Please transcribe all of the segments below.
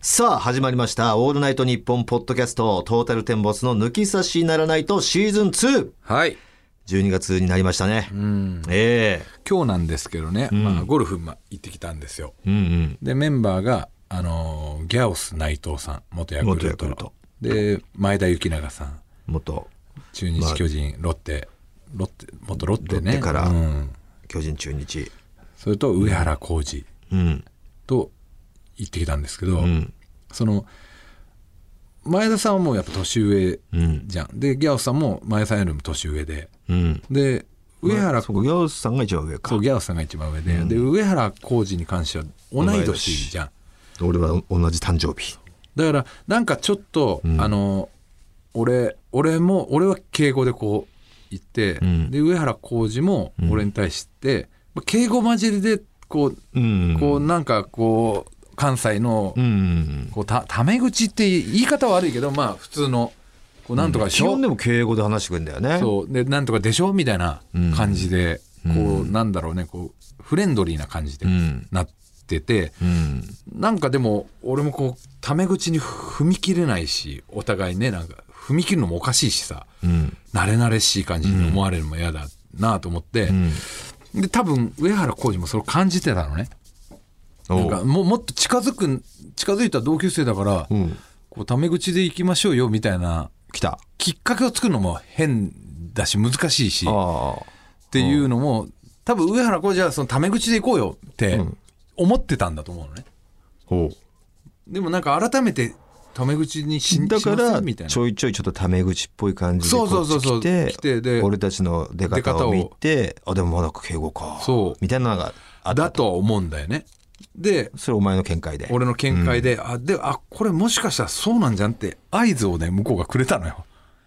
さあ始まりましたオールナイトニッポンポッドキャストトータルテンボスの抜き差しならないとシーズン2。 はい。 12月になりましたね。 今日なんですけどね、ゴルフ行ってきたんですよ。でメンバーが、ギャオス内藤さん元ヤクルトで前田幸永さん元中日、巨人ロッテ元ロッテね、 ロッテから、巨人中日それと上原浩二と行ってきたんですけど、その前田さんはもうやっぱ年上じゃん、でギャオスさんも前田さんよりも年上で、で上原ギャオスさんが一番上か。 そうギャオスさんが一番上で、で上原浩二に関しては同い年じゃん。 俺は同じ誕生日だからなんかちょっと、俺は敬語でこう言って、で上原浩二も俺に対して、敬語交じりでこうなんかこう関西のこうタメ口って言い方は悪いけど、まあ普通のこうなんとかでしょ、 基本でも敬語で話してくるんだよね。 そうでなんとかでしょみたいな感じで、こうなんだろうね、こうフレンドリーな感じでなってて、なんかでも俺もこうタメ口に踏み切れないし、お互いねなんか踏み切るのもおかしいしさ、慣れ慣れしい感じに思われるのも嫌だなと思って、で多分上原浩二もそれを感じてたのね。なんかもっと近づいた同級生だから、こうタメ口で行きましょうよみたいなきっかけを作るのも変だし難しいしっていうのも、多分上原浩二はそのタメ口で行こうよって思ってたんだと思うのね。でもなんか改めてタメ口にしだからみたいな、 ちょいちょいちょっとタメ口っぽい感じでこっち来てで俺たちの出方を見て、あでもまだ敬語かみたいなのがあっただとは思うんだよね。でそれお前の見解で、 俺の見解で、これもしかしたらそうなんじゃんって合図をね向こうがくれたのよ。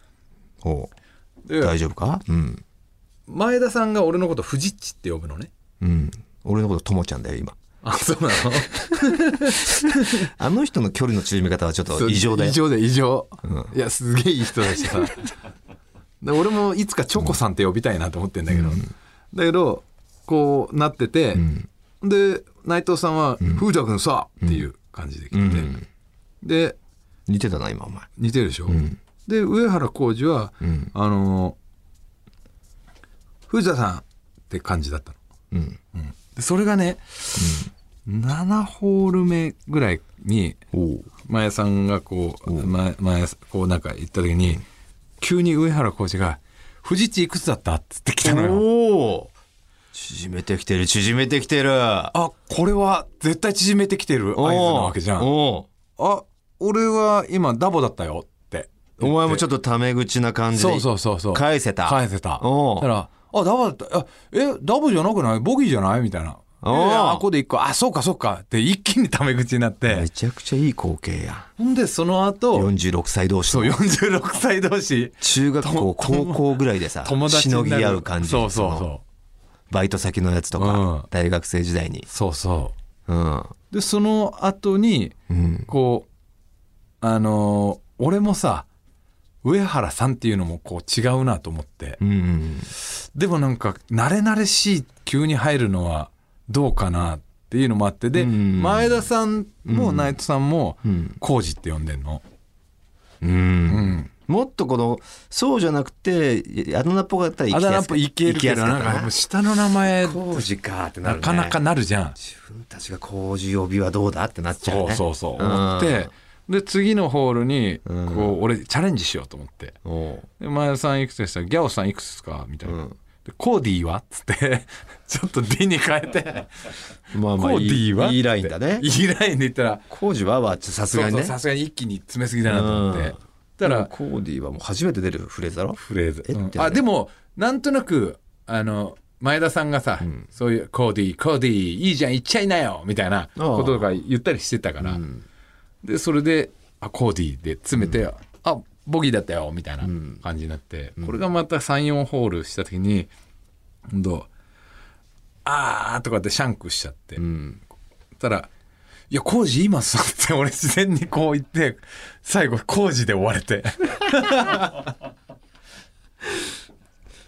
大丈夫か、 前田さんが俺のことフジッチって呼ぶのね。 俺のことともちゃんだよ今。 あ、そうなのあの人の距離の縮め方はちょっと異常だよ。 異常、いやすげえいい人だしさで俺もいつかチョコさんって呼びたいなと思ってんだけど、だけどこうなってて、で内藤さんは風太くんさっていう感じで来てて、で似てたな今お前。 似てるでしょ、で上原浩二は、藤田さんって感じだったの、でそれがね、7ホール目ぐらいに前田さんがこうこうなんか言った時に、急に上原浩二が「藤っちいくつだった？」っつって来たのよ。 縮めてきてる。 あ、これは絶対縮めてきてる合図なわけじゃん。あ、俺は今ダボだったよってお前もちょっとタメ口な感じで返せた。だからダボだった、ダボじゃなくない？ボギーじゃない？みたいな。ここで一個、そうかって一気にタメ口になって、 めちゃくちゃいい光景や。 ほんでその後 46歳同士。 そう46歳同士中学校高校ぐらいでさ友達しのぎ合う感じ。 そうバイト先のやつとか、大学生時代にでその後に、こう俺もさ上原さんっていうのもこう違うなと思って、でもなんか慣れ慣れしい急に入るのはどうかなっていうのもあって、で、前田さんも内藤さんも浩二って呼んでんの。 もっとこのそうじゃなくてあだ名っぽかったらあだ名っぽいけるけど、なんか下の名前浩二かってなるね。 なかなかなるじゃん。 自分たちが浩二呼びはどうだってなっちゃうね。 そう思って、で次のホールにこう俺チャレンジしようと思って、で前田さんいくつでした？ギャオさんいくつですか？みたいな、でコーディーはっつってちょっと D に変えてコーディーはいいラインだね。 いいラインで言ったらコージはさすがにね、 さすがに一気に詰めすぎだなと思って、 だからコーディーはもう初めて出るフレーズだろ。 フレーズ、でもなんとなく前田さんがさ、そういうコーディーいいじゃん行っちゃいなよみたいなこととか言ったりしてたから、でそれでコーディーで詰めて、ボギーだったよみたいな感じになって、これがまた 3,4 ホールした時にとかってシャンクしちゃって、たらいやコージ今さって俺自然にこう言って最後コージで終われて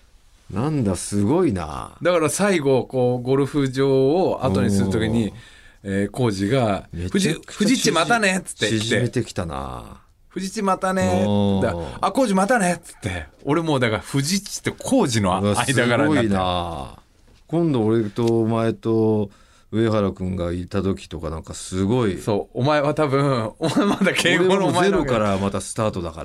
なんだすごいな。 だから最後こうゴルフ場を後にするときに浩二が富士っちまたねっつって縮めてきたな。 富士っちまたねあ浩二またねっつって俺もうだから富士っちと浩二の間柄になって。すごいな。 今度俺とお前と上原くんがいた時とかなんかすごい。 そうお前は多分お前まだ敬語のお前ゼロからまたスタートだから、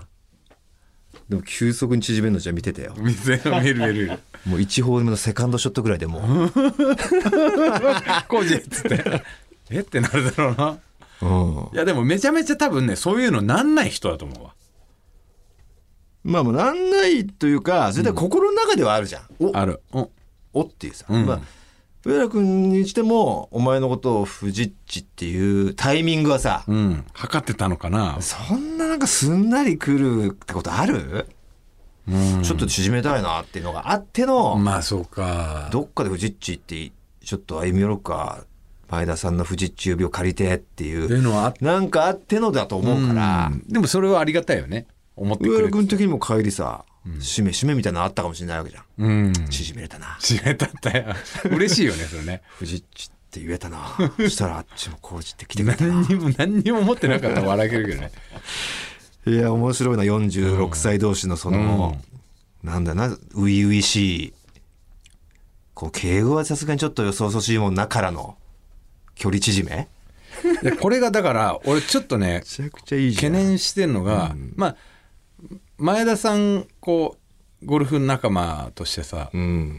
でも急速に縮めるのじゃ見ててよ。見るもう1ホール目のセカンドショットぐらいでもう浩二っつってってなるだろうな。いやでもめちゃめちゃ多分ねそういうのなんない人だと思うわ。 まあもうなんないというか絶対心の中ではあるじゃん、 あるおっていうさ、まあ上原君にしてもお前のことをフジッチっていうタイミングはさ、 測ってたのかな。 そんななんかすんなり来るってことある？ちょっと縮めたいなっていうのがあっての、 まあそうか、 どっかでフジッチってちょっと歩み寄ろうか、前田さんのフジッチ指を借りてっていうのはなんかあってのだと思うから、 でもそれはありがたいよね。思ってくれて。 上原君的にも帰りさ、締めみたいなのあったかもしれないわけじゃん。縮めれたな。 縮めたったよ。嬉しいよねそれね。 フジッチって言えたな。そしたらあっちも浩二って来てくれたな。 何にも思ってなかったら笑えるけどね。 いや面白いな、46歳同士のその、なんだな、初々しいこう敬語はさすがにちょっとよそそしいもんなからの距離縮め。 でこれがだから俺ちょっとねめちゃくちゃいいじゃん。 懸念してるのが、まあ前田さんこうゴルフ仲間としてさ、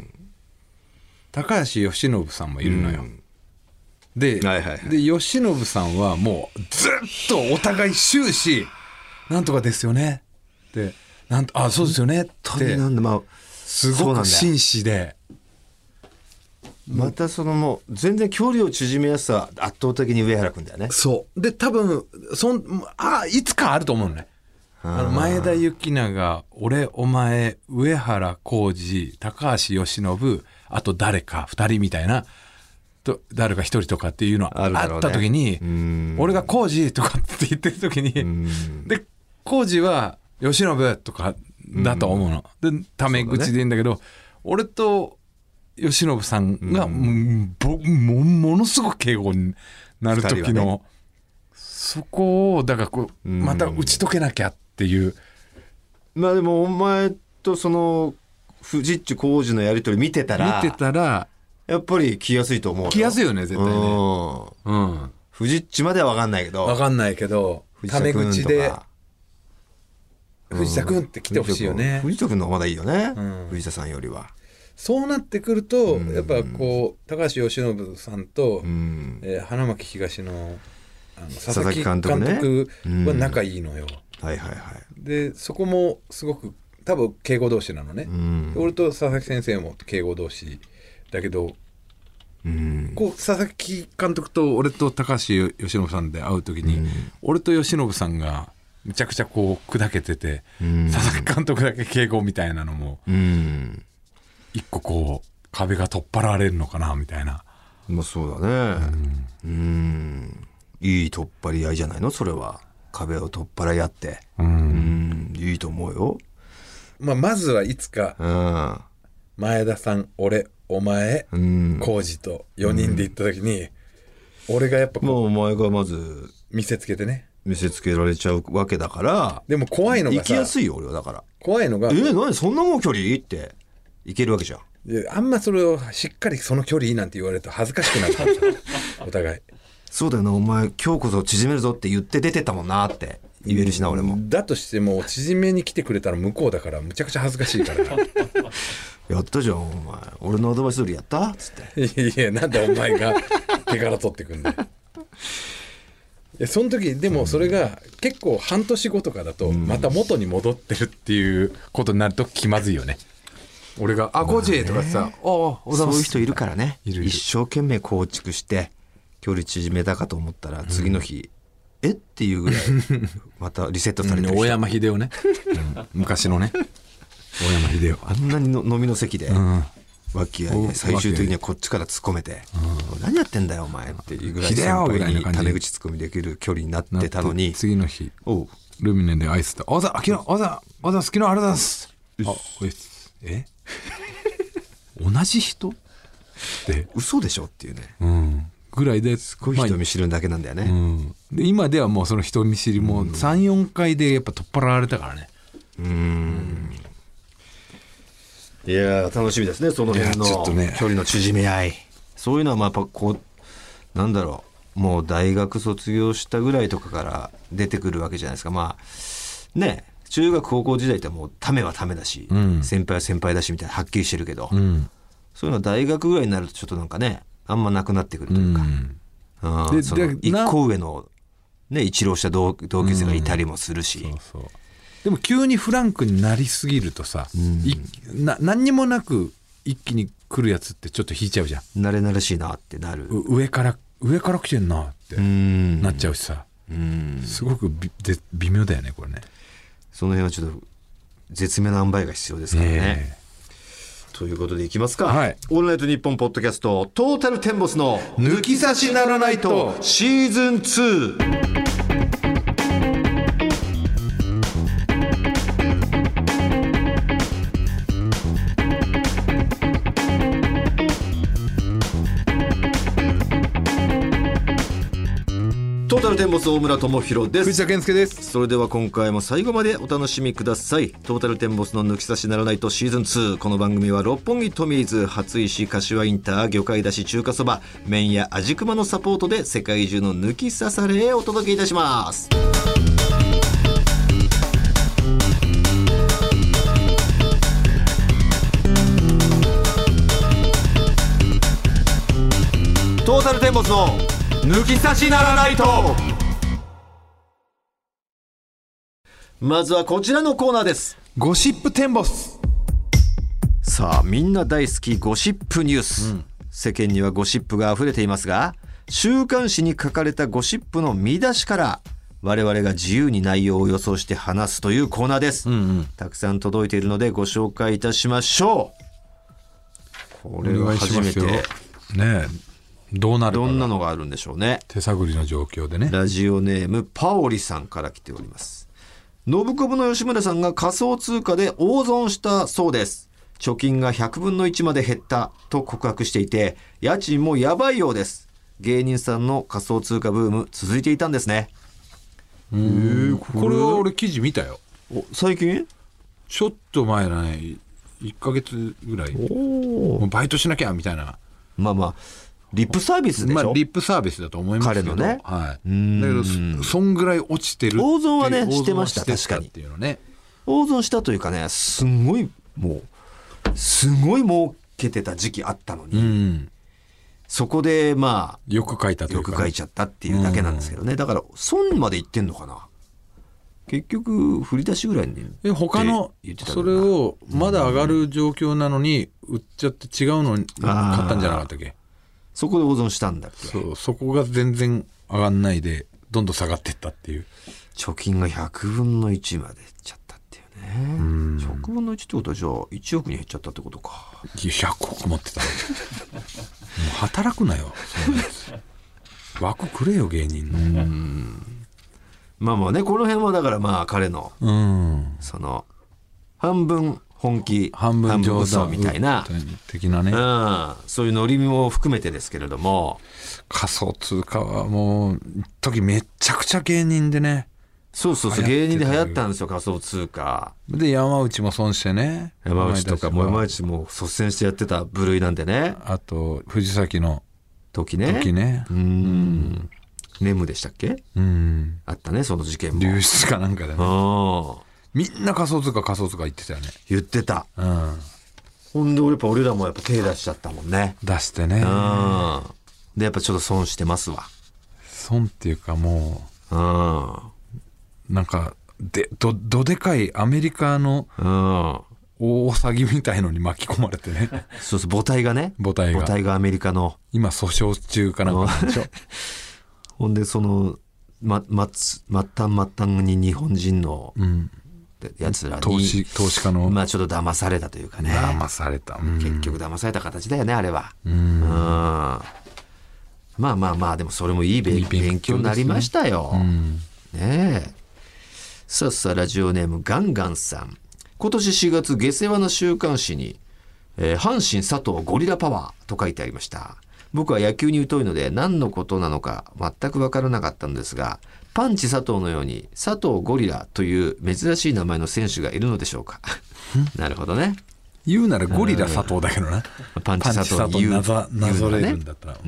高橋由伸さんもいるのよ。で、で由伸さんはもうずっとお互い終始なんとかですよねってそうですよねってすごく紳士で、 またそのもう全然距離を縮めやすさ圧倒的に上原君だよね。 そうで多分いつかあると思うのね。前田幸永、俺お前上原浩二高橋由伸あと誰か2人みたいな誰か1人とかっていうのあった時に、俺が浩二とかって言ってる時にで浩二は由伸とかだと思うのでタメ口で言うんだけど、俺と由伸さんがものすごく敬語になる時の、そこをだからこうまた打ち解けなきゃっていう。 まあでもお前とそのフジッチ浩二のやり取り見てたらやっぱり来やすいと思うよ。 来やすいよね絶対ね。 フジッチまでは分かんないけどタメ口で藤田君って来てほしいよね。 藤田君の方がまだいいよね、藤田さんよりは。 そうなってくると、やっぱこう高橋由伸さんと、花巻東の佐々木監督は仲いいのよ。でそこもすごく多分敬語同士なのね。俺と佐々木先生も敬語同士だけど、こう佐々木監督と俺と高橋由伸さんで会う時に、俺と由伸さんがめちゃくちゃこう砕けてて、佐々木監督だけ敬語みたいなのも、一個こう壁が取っ払われるのかなみたいな。 まあそうだね。いい取っ張り合いじゃないのそれは。壁を取っ払い合って、いいと思うよ。 まずはいつか、前田さん俺お前浩二と4人で行った時に、俺がやっぱもうお前がまず見せつけてね、 見せつけられちゃうわけだから。 でも怖いのがさ、 行きやすいよ俺は。だから怖いのが何そんなもん距離っていけるわけじゃん。 いやあんまそれをしっかりその距離なんて言われると恥ずかしくなるからお互い。 そうだよな、お前今日こそ縮めるぞって言って出てったもんなって言えるしな。俺もだとしても縮めに来てくれたら向こうだからむちゃくちゃ恥ずかしいからやったじゃんお前、俺のアドバイス通りやったっつって。いやなんでお前が手から取ってくんだよ。いやその時でもそれが結構半年後とかだとまた元に戻ってるっていうことになると気まずいよね。俺が「コーチ」とかさ、 そういう人いるからね。一生懸命構築して距離縮めたかと思ったら次の日、っていうぐらいまたリセットされてる人。 大山秀夫ね、昔のね大山秀夫。 あんなにの飲みの席で和気あいで最終的にはこっちから突っ込めて、何やってんだよお前っていうぐらい先輩にタメ口突っ込みできる距離になってたのに、 次の日ルミネでアイスで「おざ昨日好きのあれだす」同じ人って嘘でしょっていうね。 ぐらいで、 すごい人見知るだけなんだよね、 で今ではもうその人見知りも 3,4 回でやっぱ取っ払われたからね。 いや楽しみですね、その辺のいやちょっとね距離の縮め合い、そういうのはまあやっぱこうなんだろう、もう大学卒業したぐらいとかから出てくるわけじゃないですか。まあね、中学高校時代ってもうためはためだし、先輩は先輩だしみたいなはっきりしてるけど、そういうのは大学ぐらいになるとちょっとなんかねあんまなくなってくるというか、 でその一個上のね一浪した同級生がいたりもするし、 そうでも急にフランクになりすぎるとさ、何にもなく一気に来るやつってちょっと引いちゃうじゃん。 慣れ慣れしいなってなる、 上から来てんなってなっちゃうしさ、すごく微妙だよねこれね。 その辺はちょっと絶妙な塩梅が必要ですからね、ということでいきますか、 はい、 オールナイトニッポンポッドキャストトータルテンボスの抜き差しならないとシーズン2。トータルテンボス大村智弘です。 藤田健介です。 それでは今回も最後までお楽しみください。トータルテンボスの抜き差しならないとシーズン2。この番組は六本木トミーズ、初石、柏インター、魚介だし、中華そば、麺や味熊のサポートで世界中の抜き差されへお届けいたします。トータルテンボスの抜き差しならないと。まずはこちらのコーナーです。 ゴシップテンボス。 さあみんな大好きゴシップニュース、世間にはゴシップがあふれていますが、週刊誌に書かれたゴシップの見出しから我々が自由に内容を予想して話すというコーナーです、たくさん届いているのでご紹介いたしましょう。これは初めてねえ、どうなるかどんなのがあるんでしょうね。 手探りの状況でね。 ラジオネームパオリさんから来ております。ノブコブの吉村さんが仮想通貨で大損したそうです。貯金が100分の1まで減ったと告白していて、家賃もやばいようです。芸人さんの仮想通貨ブーム続いていたんですね。 これは俺記事見たよ。 最近ちょっと前だね、1ヶ月ぐらい。もうバイトしなきゃみたいな。 まあまあリップサービスでしょ、 リップサービスだと思いますけど、 彼のね、 はい、だけどそんぐらい落ちてるっていう。 大損はねしてました。確かにっていうのね、 大損したというかね、すごい儲けてた時期あったのに、そこでまあよく書いたというか、 よく書いちゃったっていうだけなんですけどね、だから損までいってんのかな。結局振り出しぐらいに他のそれをまだ上がる状況なのに売っちゃって違うのに買ったんじゃなかったっけ。 そこで大損したんだっけ。 そこが全然上がんないでどんどん下がっていったっていう。 貯金が100分の1までいっちゃったっていうね。100分の1ってことはじゃあ1億に減っちゃったってことか。 100億持ってたもう働くなよ枠くれよ芸人の。 まあまあね、この辺はだからまあ彼のその半分本気半分冗談みたいな的なね、 そういうノリも含めてですけれども、 仮想通貨はもう時めちゃくちゃ芸人でね。 そう芸人で流行ったんですよ仮想通貨で。山内も損してね。 山内とかも山内も率先してやってた部類なんでね。 あと藤崎の時ねネムでしたっけ。あったねその事件も。 流出かなんかでね。みんな仮想通貨言ってたよね。 言ってた。ほんで俺らもやっぱ手出しちゃったもんね。 出してね。 でやっぱちょっと損してますわ。 損っていうかもうなんかどでかいアメリカの大詐欺みたいのに巻き込まれてね。 そう母体がアメリカの今訴訟中かなんかなんでしょ。 ほんでその末端に日本人のやつらに投資家のまあちょっと騙されたというかね。 騙された、 結局騙された形だよねあれは。まあでもそれもいい勉強になりましたよ。ねえ。さあラジオネームガンガンさん。今年4月下世話の週刊誌に、阪神佐藤ゴリラパワーと書いてありました。 僕は野球に疎いので何のことなのか全く分からなかったのですが、パンチ佐藤のように佐藤ゴリラという珍しい名前の選手がいるのでしょうか。なるほどね。 言うならゴリラ佐藤だけどな。 パンチ佐藤になぞれるんだったら、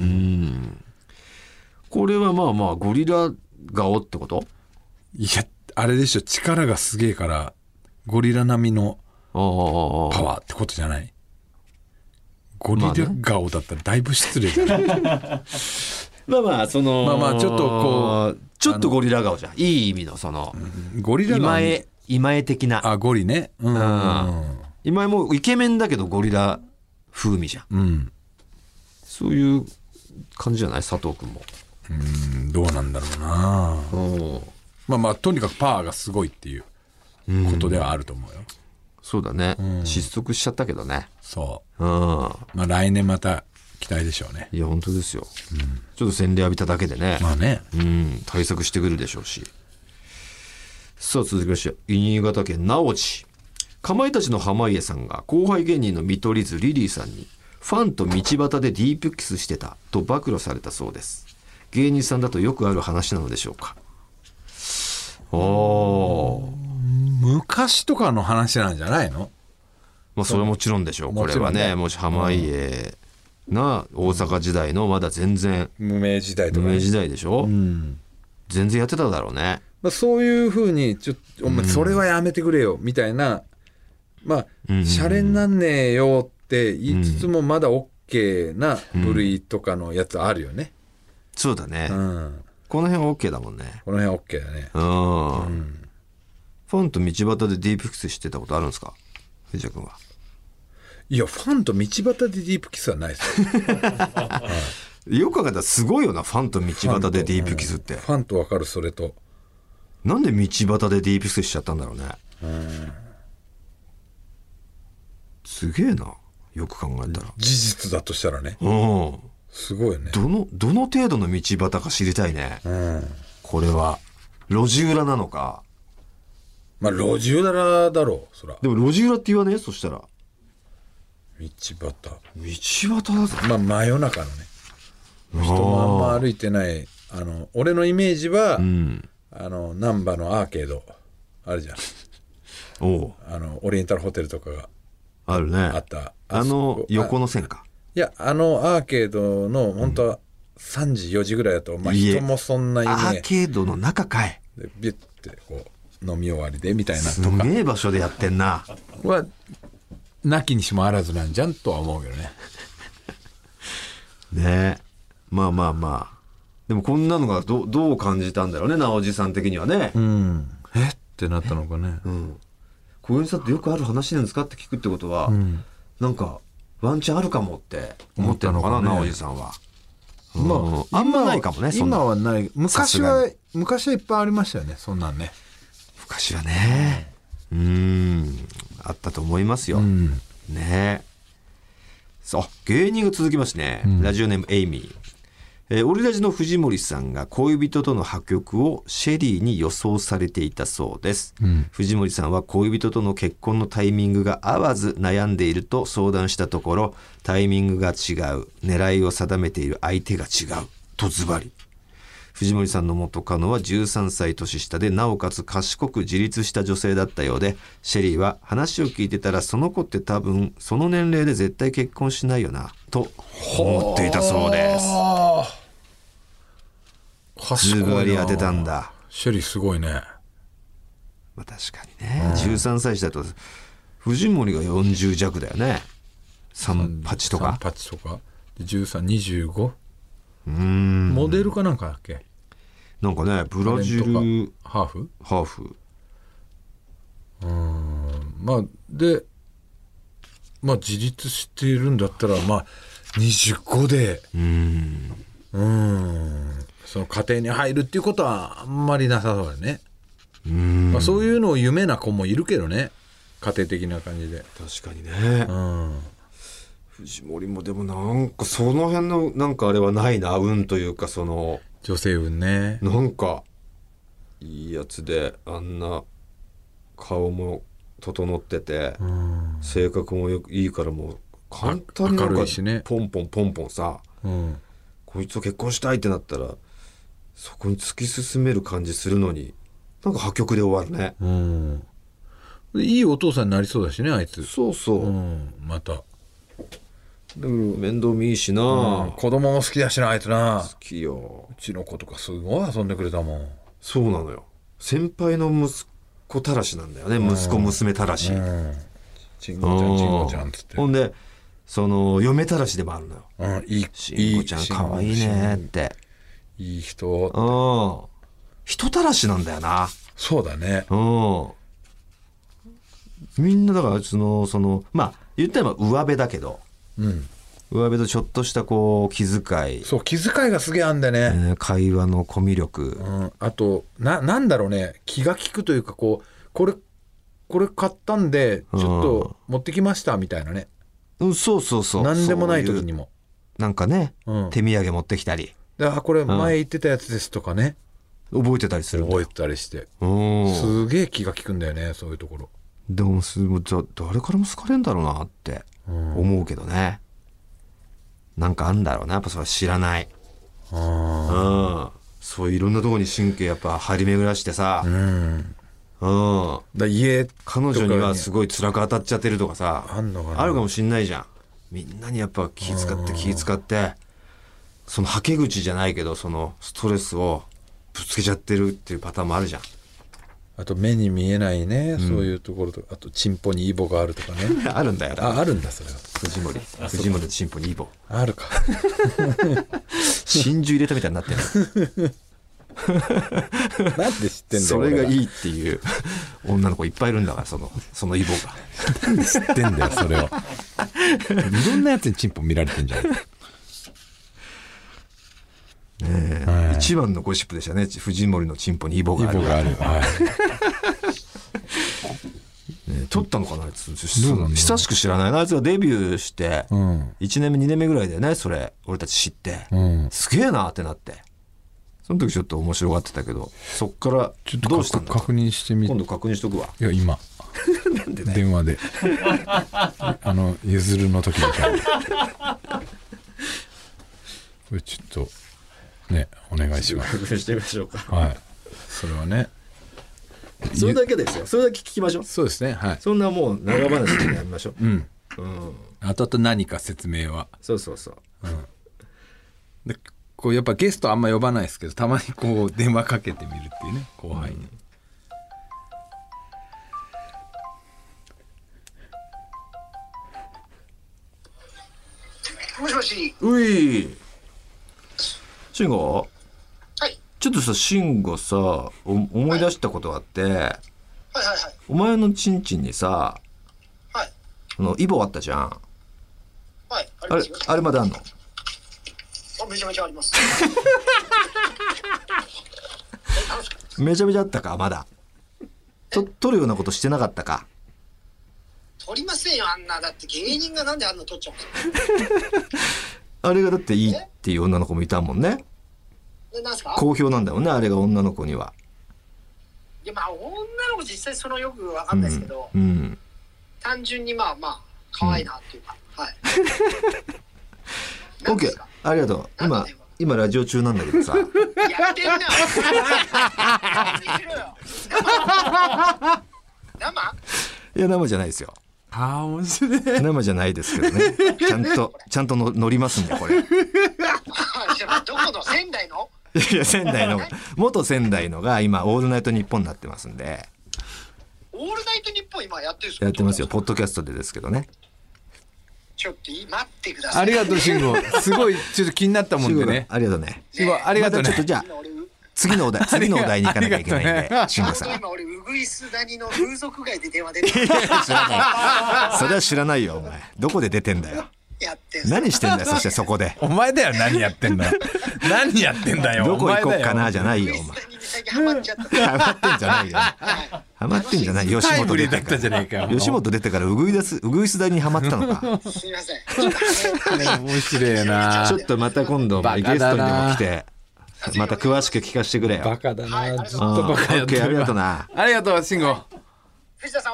これはまあまあゴリラ顔ってこと？ いやあれでしょ、力がすげえからゴリラ並みのパワーってことじゃない？ゴリラ顔だったらだいぶ失礼じゃない？ まあまあそのまあちょっとこうちょっとゴリラ顔じゃん、いい意味のそのゴリラ顔今江的な。 ゴリね。 今江もイケメンだけどゴリラ風味じゃん。そういう感じじゃない？佐藤君も。 どうなんだろうな。まあまあとにかくパワーがすごいっていうことではあると思うよ。 そうだね、失速しちゃったけどね。 そう、まあ来年また期待でしょうね。 いや本当ですよ、ちょっと洗礼浴びただけでね、 まあね、 対策してくるでしょうし。さあ続きまして、新潟県直地、かまいたちの濱家さんが後輩芸人の見取り図リリーさんにファンと道端でディープキスしてたと暴露されたそうです。芸人さんだとよくある話なのでしょうか。 昔とかの話なんじゃないの？ まあそれはもちろんでしょう。これはね、もし濱家な大阪時代のまだ全然無名時代とか、 無名時代でしょ、全然やってただろうね。 まあ、そういうふうにちょっとお前それはやめてくれよみたいな、まあシャレになんねえよって言いつつもまだ OK な部類とかのやつあるよね。 そうだね、この辺は OK だもんね。 この辺は OK だね。 ファンと道端でディープキスしてたことあるんですか、藤田君は。 いやファンと道端でディープキスはないですよ。 よく考えたらすごいよな、ファンと道端でディープキスって。 ファンと分かる。それとなんで道端でディープキスしちゃったんだろうね。すげえな、よく考えたら。 事実だとしたらね、すごいよね。 どの程度の道端か知りたいね、これは路地裏なのか。 まあ路地裏だろうそら。 でも路地裏って言わねえ、そしたら道端だぞ。 まあ真夜中のね、人もあんま歩いてない。俺のイメージは、難波のアーケードあるじゃん。オリエンタルホテルとかがあるね。 あった横の線か。 いやアーケードの本当は3時4時ぐらいだと、まあ人もそんなにね。 アーケードの中かい。 でビュッてこう飲み終わりでみたいなとか。 すげえ場所でやってんな。 はなきにしもあらずなんじゃんとは思うけどね。 ねえ、まあまあまあ。でもこんなのがどう感じたんだろうね、直司さん的にはね。 ってなったのかね。 こういうさってよくある話なんですかって聞くってことは、なんかワンチャンあるかもって思ってるのかな、直司さんは。まああんまないかもね。 今はない。昔はいっぱいありましたよね、そんなんね。 昔はね、あったと思いますよ、ね。さあ芸人が続きますね、ラジオネームエイミー。オリラジの藤森さんが恋人との破局をシェリーに予想されていたそうです、藤森さんは恋人との結婚のタイミングが合わず悩んでいると相談したところ、タイミングが違う、狙いを定めている相手が違うとズバリ。藤森さんの元カノは13歳年下で、なおかつ賢く自立した女性だったようで、シェリーは話を聞いてたらその子って多分その年齢で絶対結婚しないよなと思っていたそうです。ズバリ当てたんだ。 シェリーすごいね。 まあ確かにね、13歳下だと藤森が40弱だよね。38とか 38とかで1325。モデルかなんかだっけ。 なんかね、ブラジルハーフまあでまあ自立しているんだったら、まあ25でその家庭に入るっていうことはあんまりなさそうだね。まあ、そういうのを夢な子もいるけどね、家庭的な感じで。 確かにね、藤森もでもなんかその辺のなんかあれはないな、運というか、その女性運ね。 なんかいいやつで、あんな顔も整ってて、性格もいいから、もう簡単になんかポンポンポンポンさ、 こいつと結婚したいってなったらそこに突き進める感じするのになんか破局で終わるね。 いいお父さんになりそうだしねあいつ。 そうそう、 まただから面倒見いいしな、 子供も好きだしなあいつな。 好きよ。 うちの子とかすごい遊んでくれたもん。 そうなのよ。先輩の息子たらしなんだよね、息子娘たらし、 ちんごちゃんちんごちゃんっつって。 ほんでその嫁たらしでもあるのよ。 いいしんごちゃんかわいいねって、 いい人。 人たらしなんだよな。 そうだね。 みんなだからそのまあ言ったら上辺だけど、上辺とちょっとしたこう気遣い、 そう気遣いがすげえあんだよね、 会話のコミュ力、 あとなんだろうね、気が利くというかこれ買ったんでちょっと持ってきましたみたいなね、 そうそうそう、 何でもない時にもなんかね、手土産持ってきたり、 これ前言ってたやつですとかね、 覚えてたりするんだよ。 覚えてたりして、すげえ気が利くんだよね、そういうところ。 でも誰からも好かれんだろうなって思うけどね、なんかあんだろうな、やっぱそれは知らない。そういういろんなところに神経やっぱ張り巡らしてさ、 家彼女にはすごい辛く当たっちゃってるとかさ、 あるかもしんないじゃん。みんなにやっぱ気遣ってそのはけ口じゃないけどそのストレスをぶつけちゃってるっていうパターンもあるじゃん。 あと目に見えないね、そういうところとか、あとチンポにイボがあるとかねあるんだよ。 あるんだそれは。 藤森チンポにイボあるか真珠入れたみたいになってるなんで知ってんだよ。 それがいいっていう女の子いっぱいいるんだから、そのイボが。 なんで知ってんだよそれを。いろんなやつにチンポ見られてんじゃん。 一番のゴシップでしたね、藤森のチンポにイボがある。取ったのかなあいつ。久しく知らないな、あいつがデビューして1年目2年目ぐらいだよね、それ俺たち知って、すげえなってなって、その時ちょっと面白がってたけど、そっからどうしたんだ。 確認してみて。 今度確認しとくわ。 いや今なんで電話でゆずるの時みたいな。これちょっとねお願いします。 確認してみましょうか。 はい、それはね、 それだけですよ。それだけ聞きましょう。 そうですね、はい。 そんなもう長話でやりましょう。 後々何か説明は。 そう、 でこうやっぱゲストあんま呼ばないですけど、たまにこう電話かけてみるっていうね、後輩に。 もしもし。 慎吾、 はい。 ちょっとさ、慎吾さ、思い出したことがあって、 はい。 お前のチンチンにさ、 はい。 イボあったじゃん。 はい。 あれまだあんの？ めちゃめちゃあります。 めちゃめちゃあったか、まだ。取るようなことしてなかったか。 取りませんよ、あんな。だって芸人がなんであんな取っちゃうんですか。 あれがだっていいっていう女の子もいたもんね。 なんすか？ 好評なんだよね、あれが女の子には。 いや、まあ女の子実際そのよくわかんないですけど、単純にまあ可愛いなっていうか、はい。 オッケー、ありがとう。今ラジオ中なんだけどさ。 やってんな。生？ いや、生じゃないですよ。 面白い。 生じゃないですけどね。ちゃんと乗りますんで、これ。 どこの？仙台の？ いや、仙台の元仙台のが今オールナイトニッポンになってますんで。 オールナイトニッポン今やってるんですか？ やってますよ、ポッドキャストでですけどね。 ちょっと待ってください。 ありがとう慎吾。すごいちょっと気になったもんでね。 ありがとうね。 慎吾ありがとうね。 ちょっとじゃあ次のお題に行かなきゃいけないんで、慎吾さん。 今俺ウグイス谷の風俗街で電話出てる。 知らない。それは知らないよ、お前。どこで出てんだよ。 やってん何してんだよ、そしてそこで。 お前だよ、何やってんだよ。何やってんだよ。 どこ行こっかなじゃないよ、お前。 ハマっちゃった。 ハマってんじゃないよ。ハマってんじゃない。吉本出てだったじゃないか。 吉本出てからウグイス谷にハマったのか。 すみません。 面白いな。 ちょっとまた今度ゲストにでも来て、また詳しく聞かせてくれよ。 バカだな。ずっとバカやってる。 ありがとうな。 ありがとう慎吾。 藤田さん。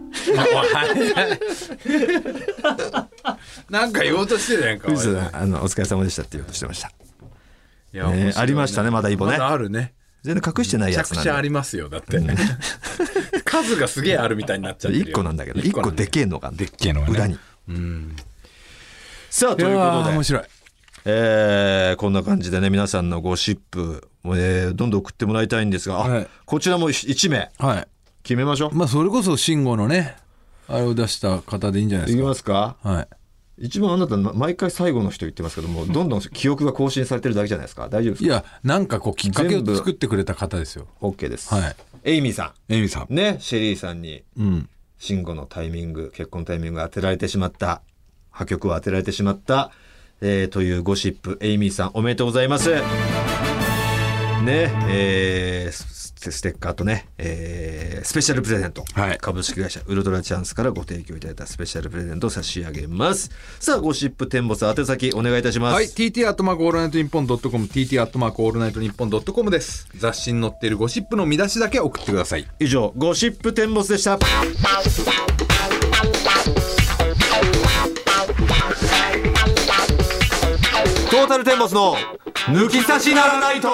なんか言おうとしてるやんか。 藤田さんお疲れ様でしたって言おうとしてました。 いや面白いねありましたねまだ一歩ね。 まだあるね。 全然隠してないめちやつなんで。 ゃくちゃありますよだって。数がすげえあるみたいになっちゃってるよ。 1個なんだけど1個でけえのがでっけえのがね。 裏に。 うん。 さあということで面白い。 こんな感じでね皆さんのゴシップ、どんどん送ってもらいたいんですが、 はいこちらも1名はい。 決めましょう。 まあそれこそ慎吾のねあれを出した方でいいんじゃないでいきすか。 ますか。 はい。 一番あなた毎回最後の人言ってますけどもどんどん記憶が更新されてるだけじゃないですか。大丈夫ですか。 いやなんかこうきっかけを作ってくれた方ですよ。 OK です、 はい。 エイミーさエイミさん。 んね、シェリーさんにうん。 慎吾のタイミング結婚タイミングが当てられてしまった破局を当てられてしまった、というゴシップ。エイミーさんおめでとうございますね。ステッカーとね、スペシャルプレゼント、 はい株式会社ウルトラチャンスからご提供いただいたスペシャルプレゼントを差し上げます。さあゴシップ天ボス宛先お願いいたします。 はい、TT アットマークオールナイトニッポンドットコム TT アットマークオールナイトニッポンドットコムです。雑誌に載っているゴシップの見出しだけ送ってください。 以上ゴシップ天ボスでした。トータルテンボスの抜き差しならないと。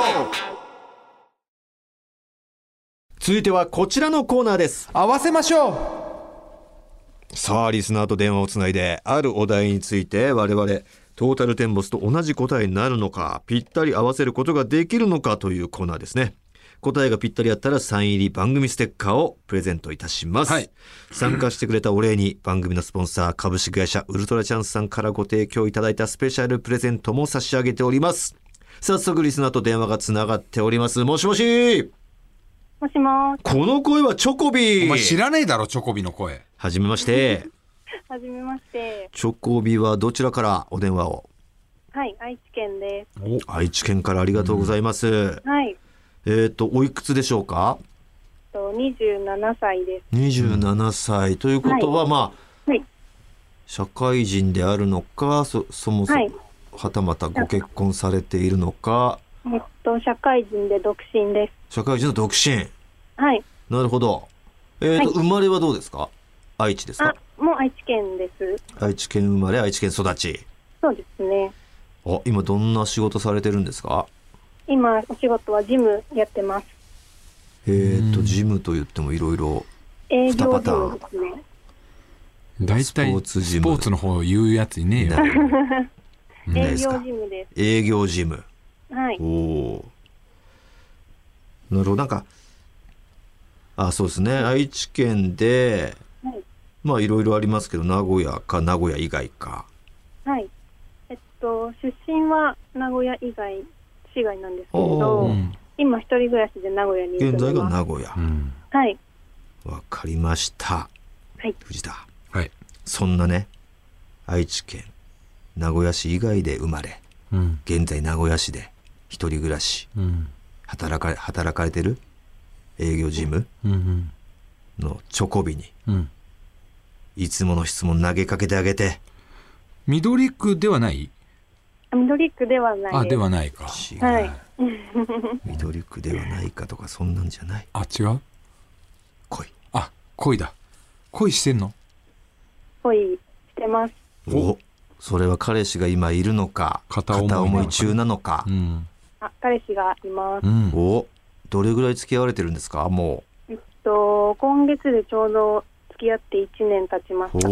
続いてはこちらのコーナーです。 合わせましょう。 さあリスナーと電話をつないであるお題について我々トータルテンボスと同じ答えになるのかぴったり合わせることができるのかというコーナーですね。答えがぴったりあったらサイン入り番組ステッカーをプレゼントいたします、 はい、 参加してくれたお礼に番組のスポンサー株式会社ウルトラチャンスさんからご提供いただいたスペシャルプレゼントも差し上げております。早速リスナーと電話がつながっております。もしもし。 もしもし。 この声はチョコビ。 お前知らねえだろチョコビの声。 はじめましてはじめまして。 チョコビはどちらからお電話を。 はい、愛知県です。 愛知県からありがとうございます、 はい。 おいくつでしょうか。 27歳です。 27歳ということは、まあ、 はい。 社会人であるのか、そもそも、 はいはたまたご結婚されているのか。 社会人で独身です。 社会人の独身。 はい。 なるほど。 はい、 生まれはどうですか。愛知ですか。 もう愛知県です。 愛知県生まれ、愛知県育ち。 そうですね。 今どんな仕事されてるんですか。 今お仕事はジムやってます。 ジムと言ってもいろいろ営業ジムですね。 だいたいスポーツの方言うやついねえよ。 営業ジムです。 営業ジム。 はい。 おなるほど。なんかそうですね。愛知県で、 はい、 まあいろいろありますけど名古屋か名古屋以外か。 はい。出身は名古屋以外市外なんですけど、今一人暮らしで名古屋に住んでます。 現在が名古屋。 はい。 わかりました。 はい。 藤田。 はい。 そんなね愛知県名古屋市以外で生まれ、現在名古屋市で一人暮らし、働かれてる営業事務のチョコビに、いつもの質問投げかけてあげて。 緑区ではない。 緑区ではないです。 ではないか。 違う、はい、緑区ではないかとかそんなんじゃない。 違う。恋だ。恋してんの。 恋してます。 それは彼氏が今いるのか片思い中なのか。 彼氏がいます。 どれぐらい付き合われてるんですか。もう今月でちょうど付き合って1年経ちました。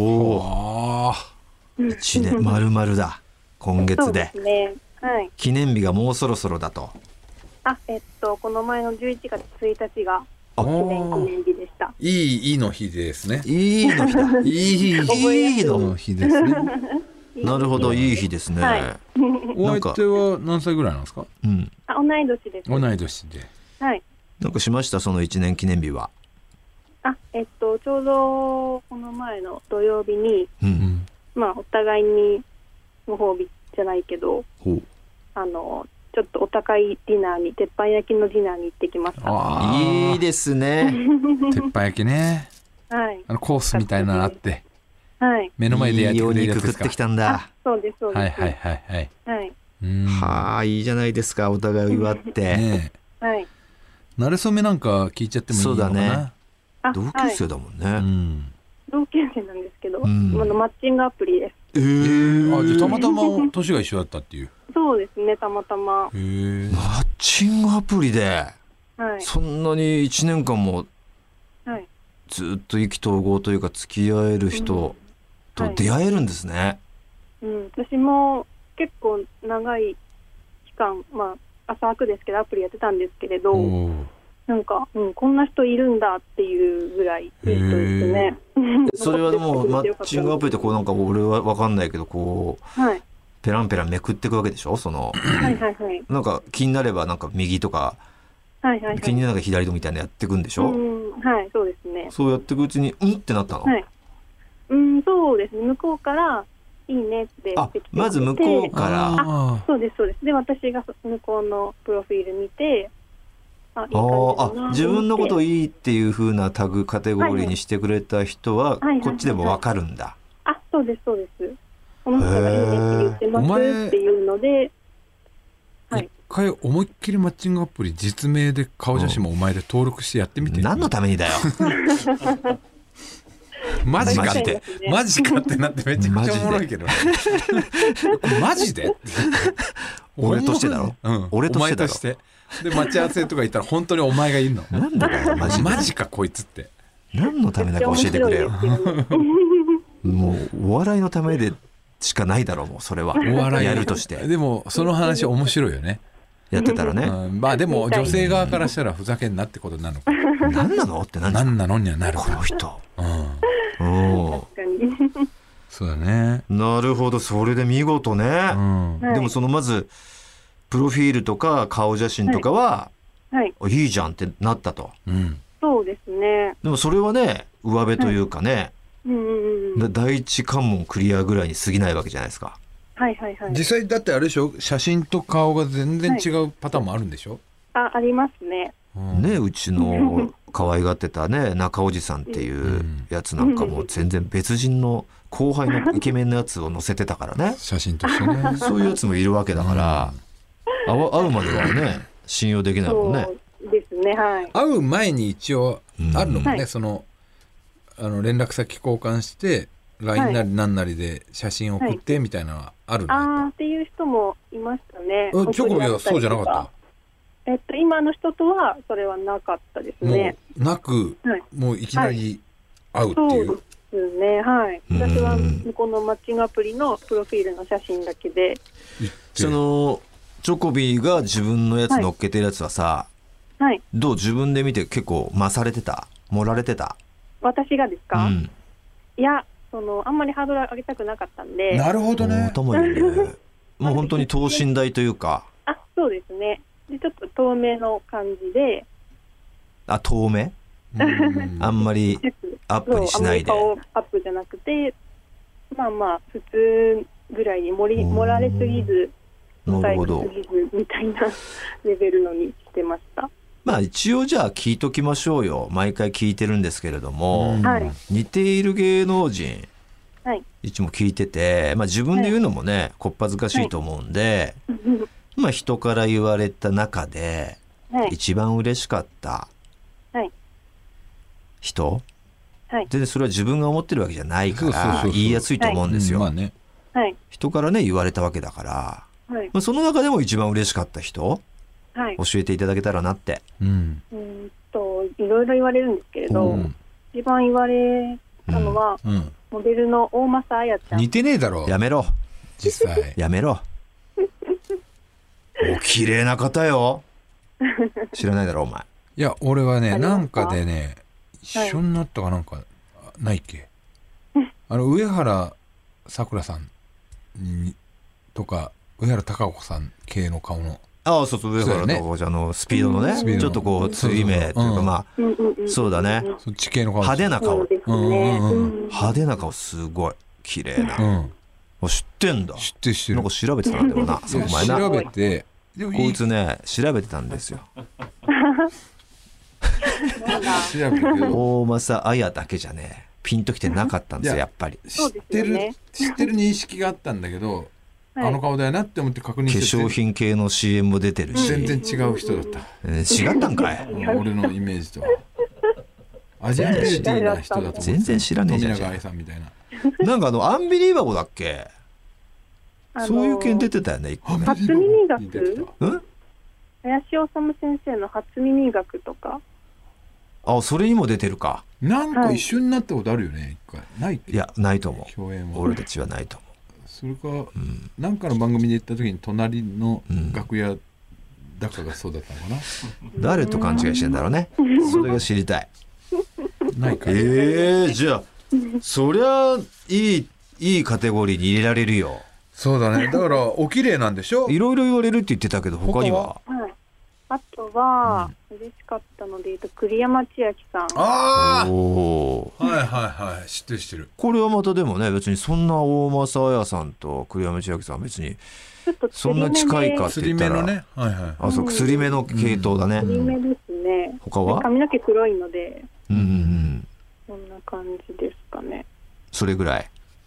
1年丸々だ。今月で。 そうですね。はい。 記念日がもうそろそろだと。 この前の11月1日が記念日でした。 いいの日ですね。 いいの日だ。 いいの日ですね。 なるほど、いい日ですね。 お相手は何歳ぐらいなんですか。 同い年です。 同い年で。 はい。 なんかしましたその1年記念日は。 ちょうどこの前の土曜日に、お互いにご褒美じゃないけど、ちょっとお高いディナーに、鉄板焼きのディナーに行ってきました。 いいですね。 鉄板焼きね。 はい。 コースみたいなのあって、 はい。 目の前で焼いてくれるやつですか。 いいお肉食ってきたんだ。 そうですそうです。 はい。いいじゃないですか。お互いを祝って。 はい。 馴れ初めなんか聞いちゃってもいいのかな。 そうだね。 同級生だもんね。 同級生なんですけど、マッチングアプリです。 じゃあたまたま年が一緒だったっていう。 そうですね、たまたま。 マッチングアプリで、そんなに1年間もずっと意気投合というか付き合える人と出会えるんですね。 私も結構長い期間、浅くですけどアプリやってたんですけれど、なんか、こんな人いるんだっていうぐらいですね。 それはでもマッチングアプリってこうなんか俺は分かんないけどこう、ペランペランめくっていくわけでしょ。そのなんか気になればなんか右とか、気になれば左とみたいなやっていくんでしょ。 そうですね。 そうやっていくうちにってなったの。 そうですね。向こうからいいねって言ってきて、 まず向こうから。 そうですそうです。で私が向こうのプロフィール見て、 自分のことをいいっていう風なタグカテゴリーにしてくれた人はこっちでも分かるんだ。 そうですそうです。この人がいいねって言ってますっていうので、 一回思いっきりマッチングアプリ実名で顔写真もお前で登録してやってみて。 何のためにだよ。 マジかってマジかってなってめちゃくちゃおもろいけどマジで俺としてだろ。俺としてだろ。 で待ち合わせとか行ったら本当にお前がいるの。 なんだよマジかこいつって。 何のためだか教えてくれよ。もうお笑いのためでしかないだろう。もうそれはお笑いやるとして。 でもその話面白いよね。 やってたらね。 でも女性側からしたらふざけんなってことなのか。 何なのって何なのにはなる。 この人。 そうだね。 なるほど。それで見事ね。でもそのまずプロフィールとか顔写真とかはいいじゃんってなったと。 そうですね。 でもそれはね上辺というかね、第一関門クリアぐらいに過ぎないわけじゃないですか。 実際だってあれでしょ、写真と顔が全然違うパターンもあるんでしょ。 ありますね。 うちの可愛がってたね中おじさんっていうやつなんかも全然別人の後輩のイケメンのやつを載せてたからね。 写真としてね。 そういうやつもいるわけだから、会うまではね信用できないもんね。 そうですね。 会う前に一応あるのもね、その連絡先交換して LINE なり何なりで写真送ってみたいなのはあるの。 っていう人もいましたね。 チョコビはそうじゃなかった。 今の人とはそれはなかったですね。 なく、もういきなり会うっていう。 そうですね。私は向こうのマッチングアプリのプロフィールの写真だけで。 そのチョコビが自分のやつ乗っけてるやつはさ、どう自分で見て結構勝れてた？盛られてた？ 私がですか？いや、あんまりハードル上げたくなかったんで。 なるほどね。 もう本当に等身大というか。 そうですね。でちょっと透明の感じで。 透明？あんまりアップにしないで。 顔アップじゃなくて、普通ぐらいに盛られすぎず、 なるほど。 すぎずみたいなレベルのにしてました。 一応じゃあ聞いときましょうよ。毎回聞いてるんですけれども、似ている芸能人、いつも聞いてて、自分で言うのもね、こっぱずかしいと思うんで、人から言われた中で、一番嬉しかった人、全然それは自分が思ってるわけじゃないから言いやすいと思うんですよ。人からね言われたわけだから、その中でも一番嬉しかった人、教えていただけたらなって。 いろいろ言われるんですけれど、一番言われたのは、モデルの大政彩ちゃん。 似てねえだろ。 やめろ実際。 やめろ。お綺麗な方よ。知らないだろお前。 いや俺はねなんかでね一緒になったかなんかないっけ。上原さくらさんとか上原貴子さん系の顔の。 そう上原貴子ちゃんスピードのね、ちょっとこうつい目っていうかそうだね。 そっち系の顔。 派手な顔。派手な顔すごい綺麗な。知ってんだ。 知ってる。 なんか調べてたんだよな。 お前な。調べて。 こいつね調べてたんですよ。大政彩だけじゃねピンときてなかったんですよやっぱり。 知ってる認識があったんだけど、あの顔だよなって思って確認して。 化粧品系の CM も出てるし。 全然違う人だった。 違ったんかい。 俺のイメージとは。 アジアンビューティーな人だと思って全然知らねえじゃん。 富永愛さんみたいな。 なんかアンビリーバボーだっけ、そういう系出てたよね、一個ね。 初耳学、 うん林修先生の初耳学とか。 あ、それにも出てるか。 なんか一緒になったことあるよね、一回。ないっけ？ いや、ないと思う。 共演は。 俺たちはないと思それか、なんかの番組で行った時に隣の楽屋だかがそうだったのかな。 誰と勘違いしてんだろうね。それが知りたい。 ないか。 じゃあそりゃいいカテゴリーに入れられるよ。 そうだね。だからお綺麗なんでしょ。 いろいろ言われるって言ってたけど、他には。 はい。あとは、嬉しかったので言うと栗山千明さん。 ああ。 おー、 はいはいはい。知ってる知ってる。 これはまたでもね、別にそんな大政彩さんと栗山千明さんは別にちょっとそんな近いかって言ったら、 薬目のね。はいはい。 あ、そう、薬目の系統だね。 栗目ですね。 他は？ 髪の毛黒いので、 うんうんうん。 こんな感じですかね。 それぐらい。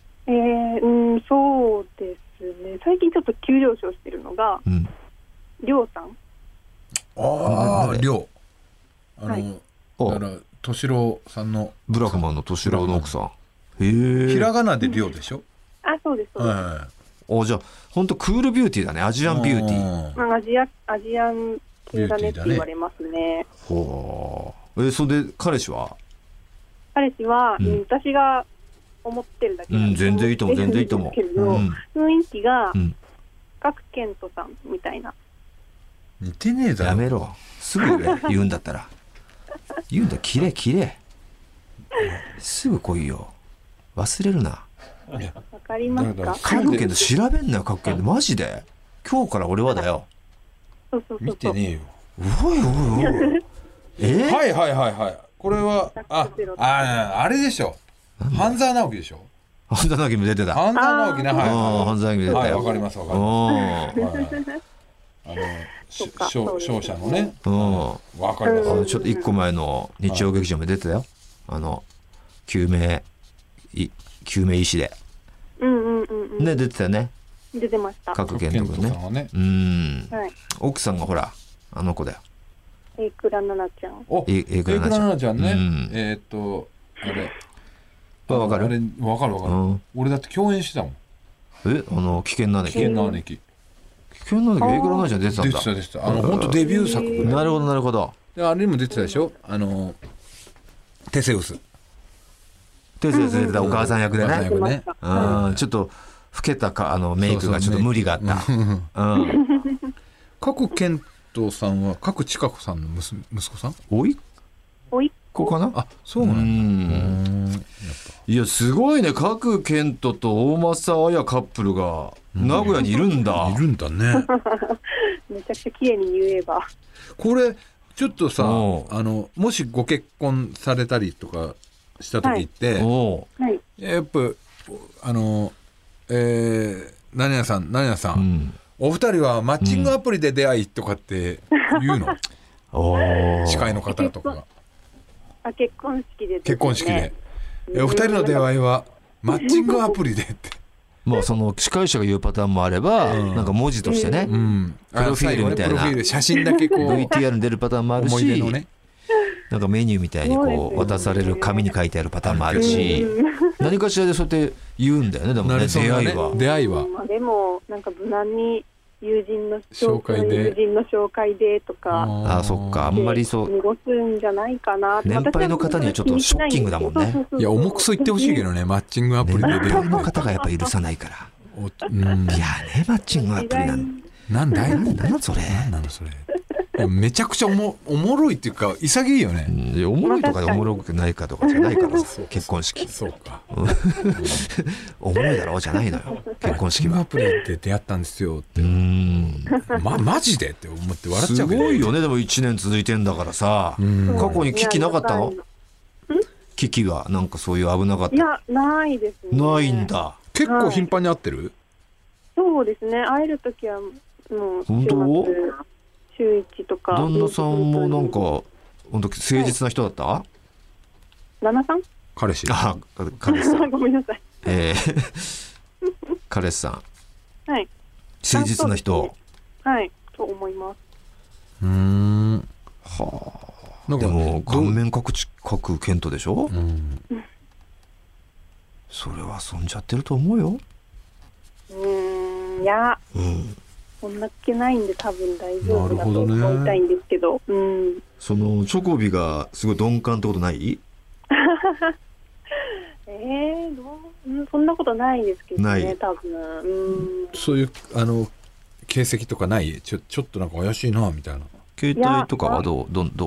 そうですね。最近ちょっと急上昇してるのが、りょうさん。 ああ、りょう。 はいだから敏郎さんのブラフマンの敏郎の奥さん。へえ。 ひらがなでりょうでしょ。 あ、そうですそうです。 はお、じゃあ本当クールビューティーだね。アジアンビューティー。 ー。 アジアン系だねって言われますね。 ほう。それで彼氏は？ 彼氏は、私が思ってるだけなんです全然いいと思う、全然いいと思う。 けど、雰囲気が、賀来賢人さんみたいな。 似てねえだろ。 やめろ。すぐ言うんだったら。言うんだ、きれきれ。すぐ来いよ。忘れるな。 わかりますか？ 賀来賢人調べんなよ、賀来賢人。マジで。今日から俺はだよ。 そうそうそう。 見てねえよ。 おいおいおい。 はいはいはいはい。これはあれでしょ。半沢直樹でしょ。 半沢直樹も出てた。 半沢直樹ね。はい。 半沢直樹出てたよ。 わかりますわかります。勝者のね。わかります。 ちょっと一個前の日曜劇場も出てたよ。救命医師で。ね、出てたよね。 出てました。 賀来賢人君ね。奥さんがほらあの子だよ。 榮倉奈々ちゃん。 榮倉奈々ちゃんね。あれ。 わかる？ あれわかるわかる。俺だって共演してたもん。 危険な姉貴。 危険な姉貴。 危険な姉貴、榮倉奈々ちゃん出てたんだ。 出てた。本当デビュー作ぐらい。 なるほどなるほど。 あれにも出てたでしょ。テセウス。 テセウス出てたお母さん役でね。ちょっと老けたメイクがちょっと無理があった。 賀来賢人さんは賀来千香子さんの息子さん？ おいっ子かな？ あ、そうなんだ。 いやすごいね。賀来賢人と大政彩カップルが名古屋にいるんだ。 いるんだね。 めちゃくちゃ綺麗に言えば。 これちょっとさ、もしご結婚されたりとかした時って、やっぱ何々さん、お二人はマッチングアプリで出会いとかって言うの？司会の方とかが。 結婚式で。 結婚式で。お二人の出会いはマッチングアプリでって。 まあその司会者が言うパターンもあれば、なんか文字としてね、プロフィールみたいな写真だけこう VTR に出るパターンもあるし、なんかメニューみたいにこう渡される紙に書いてあるパターンもあるし、何かしらでそうやって言うんだよね。でもね、出会いは。 でもなんか無難に友人の紹介でとか。 あ、そっか。あんまりそう。 過ごすんじゃないかな。 年配の方にはちょっとショッキングだもんね。 いや、重くそ言ってほしいけどね、マッチングアプリで出会う。 年配の方がやっぱ許さないから。いやね、マッチングアプリなんだい？ なんそれ。 なんだそれ。めちゃくちゃおもろいっていうか潔いよね。 おもろいとかおもろくないかとかじゃないからさ、結婚式。 そうか。 おもろいだろうじゃないのよ、結婚式は。 アプリで出会ったんですよって。マジでって思って笑っちゃうけど。 すごいよね。でも1年続いてんだからさ。過去に危機なかったの？危機がなんかそういう危なかった？ いや、ないですね。 ないんだ。 結構頻繁に会ってる？ そうですね。会えるときはもう本当？ 週1とか。 旦那さんもなんか本当誠実な人だった？ 旦那さん？ 彼氏。 あ、彼氏さん。 ごめんなさい。 彼氏さん。 はい。 誠実な人。 はい、と思います。 はあ。でも顔面か各ケントでしょ、それは遊んじゃってると思うよ。 いや、そんな気ないんで多分大丈夫だと思いたいんですけど、 そのチョコビがすごい鈍感ってことない？ そんなことないですけどね、多分。 そういう形跡とかない？ちょっとなんか怪しいなみたいな。 携帯とかはどう？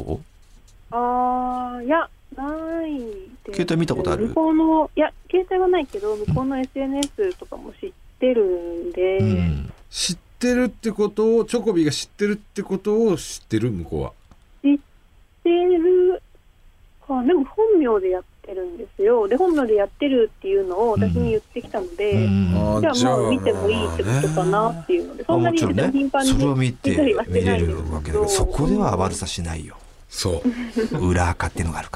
いや、ないです。 携帯見たことある？ 向こうの、いや、携帯はないけど、向こうの SNS とかも知ってるんで。 知ってるってことを、チョコビが知ってるってことを知ってる？向こうは。 知ってるか、でも本名でやってるんですよ。で、本名でやってるっていうのを私に言ってきたので、じゃあまあ見てもいいってことかなっていうので、そんなに頻繁にそれを見れるわけだけど、そこでは悪さしないよ。そう裏垢っていうのがある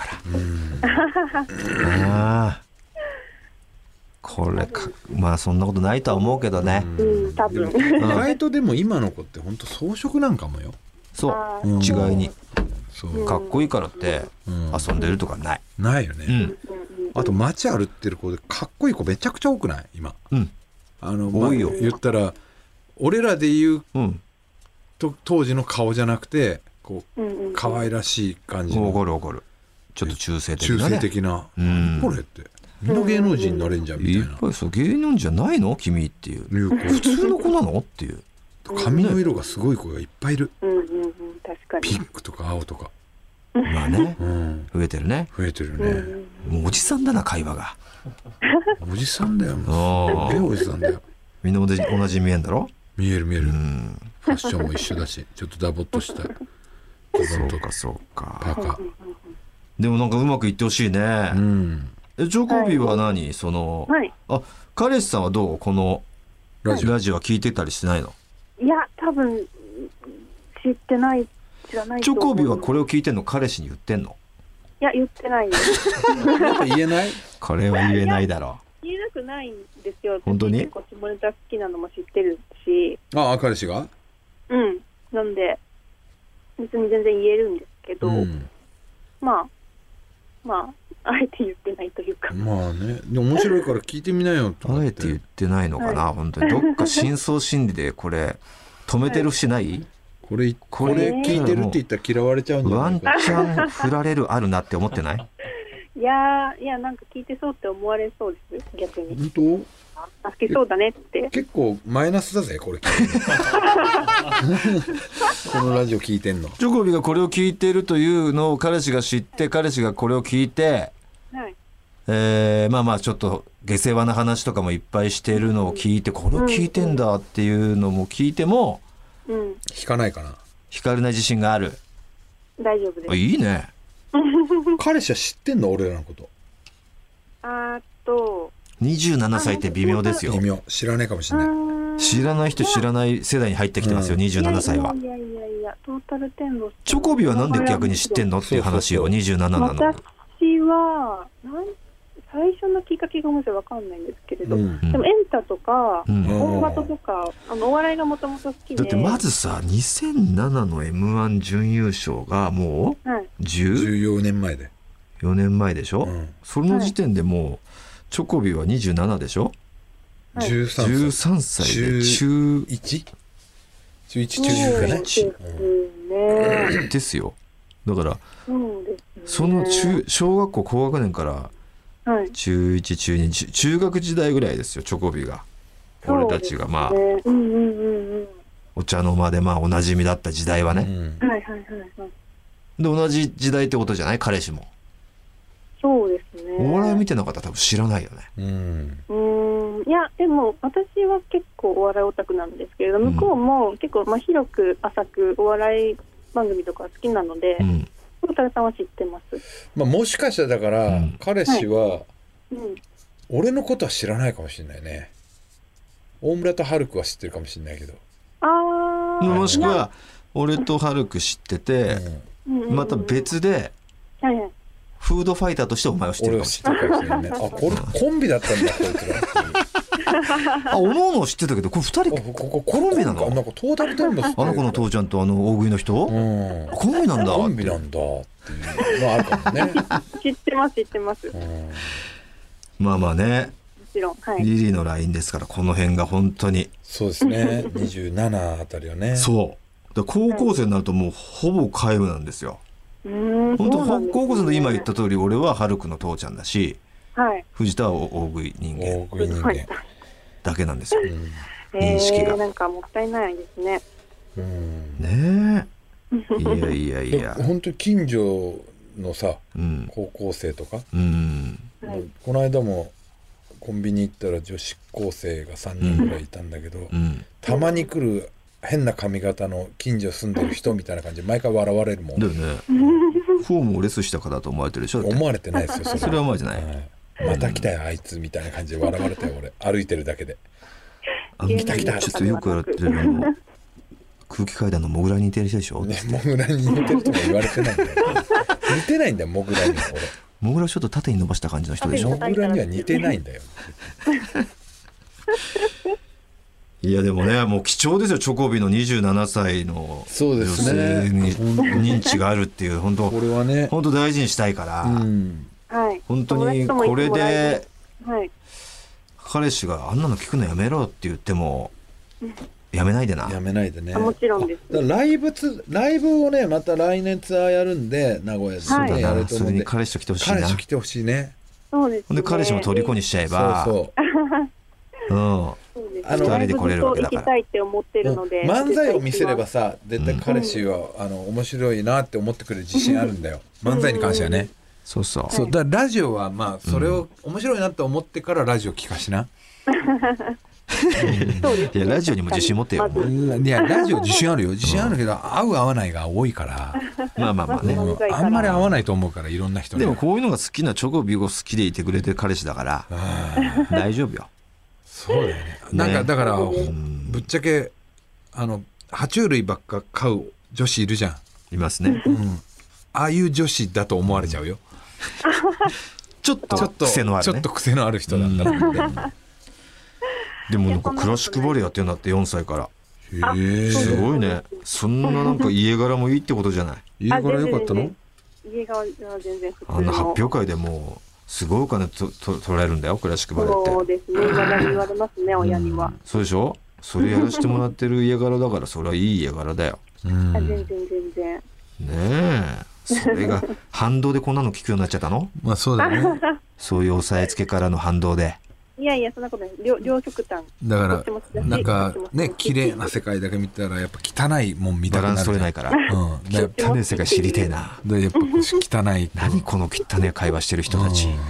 からこれか、まあそんなことないとは思うけどね。 多分意外とでも今の子って本当装飾なんかもよ。 そう違いにかっこいいからって遊んでるとかないよね。あと街歩ってる子でかっこいい子めちゃくちゃ多くない今。多いよ。言ったら俺らで言う当時の顔じゃなくてこう可愛らしい感じの。 わかる。ちょっと中性的な。 これってみんな芸能人になれんじゃんみたいな。 やっぱりそう芸能人じゃないの君っていう。普通の子なのっていう。 髪の色がすごい子がいっぱいいる。 確かに。 ピンクとか青とか。 まあね、増えてるね。もうおじさんだな会話が。 おじさんだよ。もうすげえおじさんだよ。 みんな同じ見えんだろ。 見える。ファッションも一緒だし、ちょっとダボっとした。 そうか。 パカ。 でもなんかうまくいってほしいね。チョコビは何その、彼氏さんはどう？このラジオは聞いてたりしてないの？ いや多分知ってない。 チョコビはこれを聞いてんの彼氏に言ってんの？ いや言ってないです。 言えない？ これは言えないだろう。 言えなくないんですよ。 本当に？ 結構下ネタ好きなのも知ってるし。 彼氏が？ なんで別に全然言えるんですけど、まああえて言ってないというか。 まあね、でも面白いから聞いてみなよと。 あえて言ってないのかな、本当に。どっか深層心理でこれ止めてるしない？ これ聞いてるって言ったら嫌われちゃうんじゃないか。 ワンチャン振られるあるなって思ってない？ いやなんか聞いてそうって思われそうです逆に。 本当？好きそうだねって。 結構マイナスだぜこれ聞いてこのラジオ聞いてんの。 チョコビがこれを聞いてるというのを彼氏が知って、彼氏がこれを聞いて、まあちょっと下世話な話とかもいっぱいしてるのを聞いて、これを聞いてんだっていうのも聞いても、 引かないかな。 引かれない自信がある。 大丈夫です。 いいね。 彼氏は知ってんの俺らのこと？ 27歳って微妙ですよ。 微妙。知らないかもしれない。 知らない人知らない世代に入ってきてますよ、27歳は。 いやトータルテンボス。 チョコビはなんで逆に知ってんのっていう話を27なの。 私は最初のきっかけがもし分かんないんですけれど、でもエンタとか音楽とかお笑いがもともと好きで。 だってまずさ2007の M1 準優勝がもう 14年前で 4年前でしょ、その時点でもうチョコビは27でしょ、13歳で中 1？ 中1中2かね。 ですよ。だからその小学校高学年から中1中2中学時代ぐらいですよチョコビが。俺たちがまあお茶の間でまあおなじみだった時代はね。で同じ時代ってことじゃない？彼氏も。 そうですね。 お笑い見てなかったら多分知らないよね。 いやでも私は結構お笑いオタクなんですけれど、向こうも結構広く浅くお笑い番組とか好きなので、小田さんは知ってます。 もしかしたらだから、彼氏は、俺のことは知らないかもしれないね。大村とハルクは知ってるかもしれないけど。 もしくは俺とハルク知ってて、また別でフードファイターとしてお前を知ってるかもしれない。 俺は知ってるかもしれないね。これコンビだったんだこいつら。 おのおの知ってたけど、これ2人コンビなの？ なんかトータルテンボスってあの子の父ちゃんと大食いの人、コンビなんだ。 コンビなんだって。 っていうのはあるかもね。 知ってます知ってます。 まあまあね、 もちろん、はい、 リリーのラインですから、この辺が本当にそうですね。27あたりはね。 そうだ、高校生になるともうほぼ皆無なんですよ。本当、高校生の今言った通り、俺はハルクの父ちゃんだし、 はい、 藤田は大食い人間だけなんですよ、認識が。 なんかもったいないですね。 ねえ、いやいやいや本当に近所のさ、高校生とか、この間もコンビニ行ったら女子高生が3人ぐらいいたんだけど、たまに来る変な髪型の近所住んでる人みたいな感じで毎回笑われるもん。 だよね。フォームをレスしたかだと思われてるでしょ。 思われてないですよ。 それは思われてない。 また来たよあいつみたいな感じで笑われたよ俺、歩いてるだけで。 来た来た。ちょっとよくやってる空気階段のモグラに似てる人でしょ。 ね、モグラに似てるとも言われてないんだよ。似てないんだよモグラに。俺モグラちょっと縦に伸ばした感じの人でしょ。 モグラには似てないんだよ。 いやでもね、もう貴重ですよ、チョコビの27歳の女性に認知があるっていう、本当これはね、 本当大事にしたいから、本当にこれで彼氏があんなの聞くのやめろって言ってもやめないでな。 やめないでね。 もちろんです。 ライブをねまた来年ツアーやるんで名古屋でねやると思うんで、 それに彼氏と来てほしいな。 彼氏来てほしいね。 そうですね。 で彼氏も虜にしちゃえば、2人で来れるわけだから。 漫才を見せればさ、絶対彼氏は面白いなって思ってくれる自信あるんだよ。漫才に関してはね。 そうそう。 そうだからラジオはまあそれを面白いなって思ってからラジオ聞かしな。 いやラジオにも自信持ってよ。 いやラジオ自信あるよ。自信あるけど合う合わないが多いから。 まあまあまあね。 あんまり合わないと思うからいろんな人に。 でもこういうのが好きなチョコビを好きでいてくれてる彼氏だから大丈夫よ。 そうだよね。なんかだからぶっちゃけ爬虫類ばっか飼う女子いるじゃん。 いますね。 ああいう女子だと思われちゃうよ。 ちょっと癖のあるね。 ちょっと癖のある人なんだろうね。 でもなんかクラシックバレエやってるんだって4歳から。すごいね。そんななんか家柄もいいってことじゃない。 家柄良かったの？ 家柄は全然普通の。 あんな発表会でもうすごいお金取られるんだよ、クラシックバレエって。 そうですね。まだ言われますね、親には。 そうでしょ。それやらせてもらってる家柄だから、それはいい家柄だよ。 全然。 ねえ。それが反動でこんなの聞くようになっちゃったの？ まあそうだね。 そういう押さえつけからの反動で。 いやいやそんなことない。両極端。 だからなんかね綺麗な世界だけ見たらやっぱ汚いもん見たくなる。 バランス取れないから。汚い世界知りてえな。 でやっぱ汚い。 何この汚い会話してる人たち。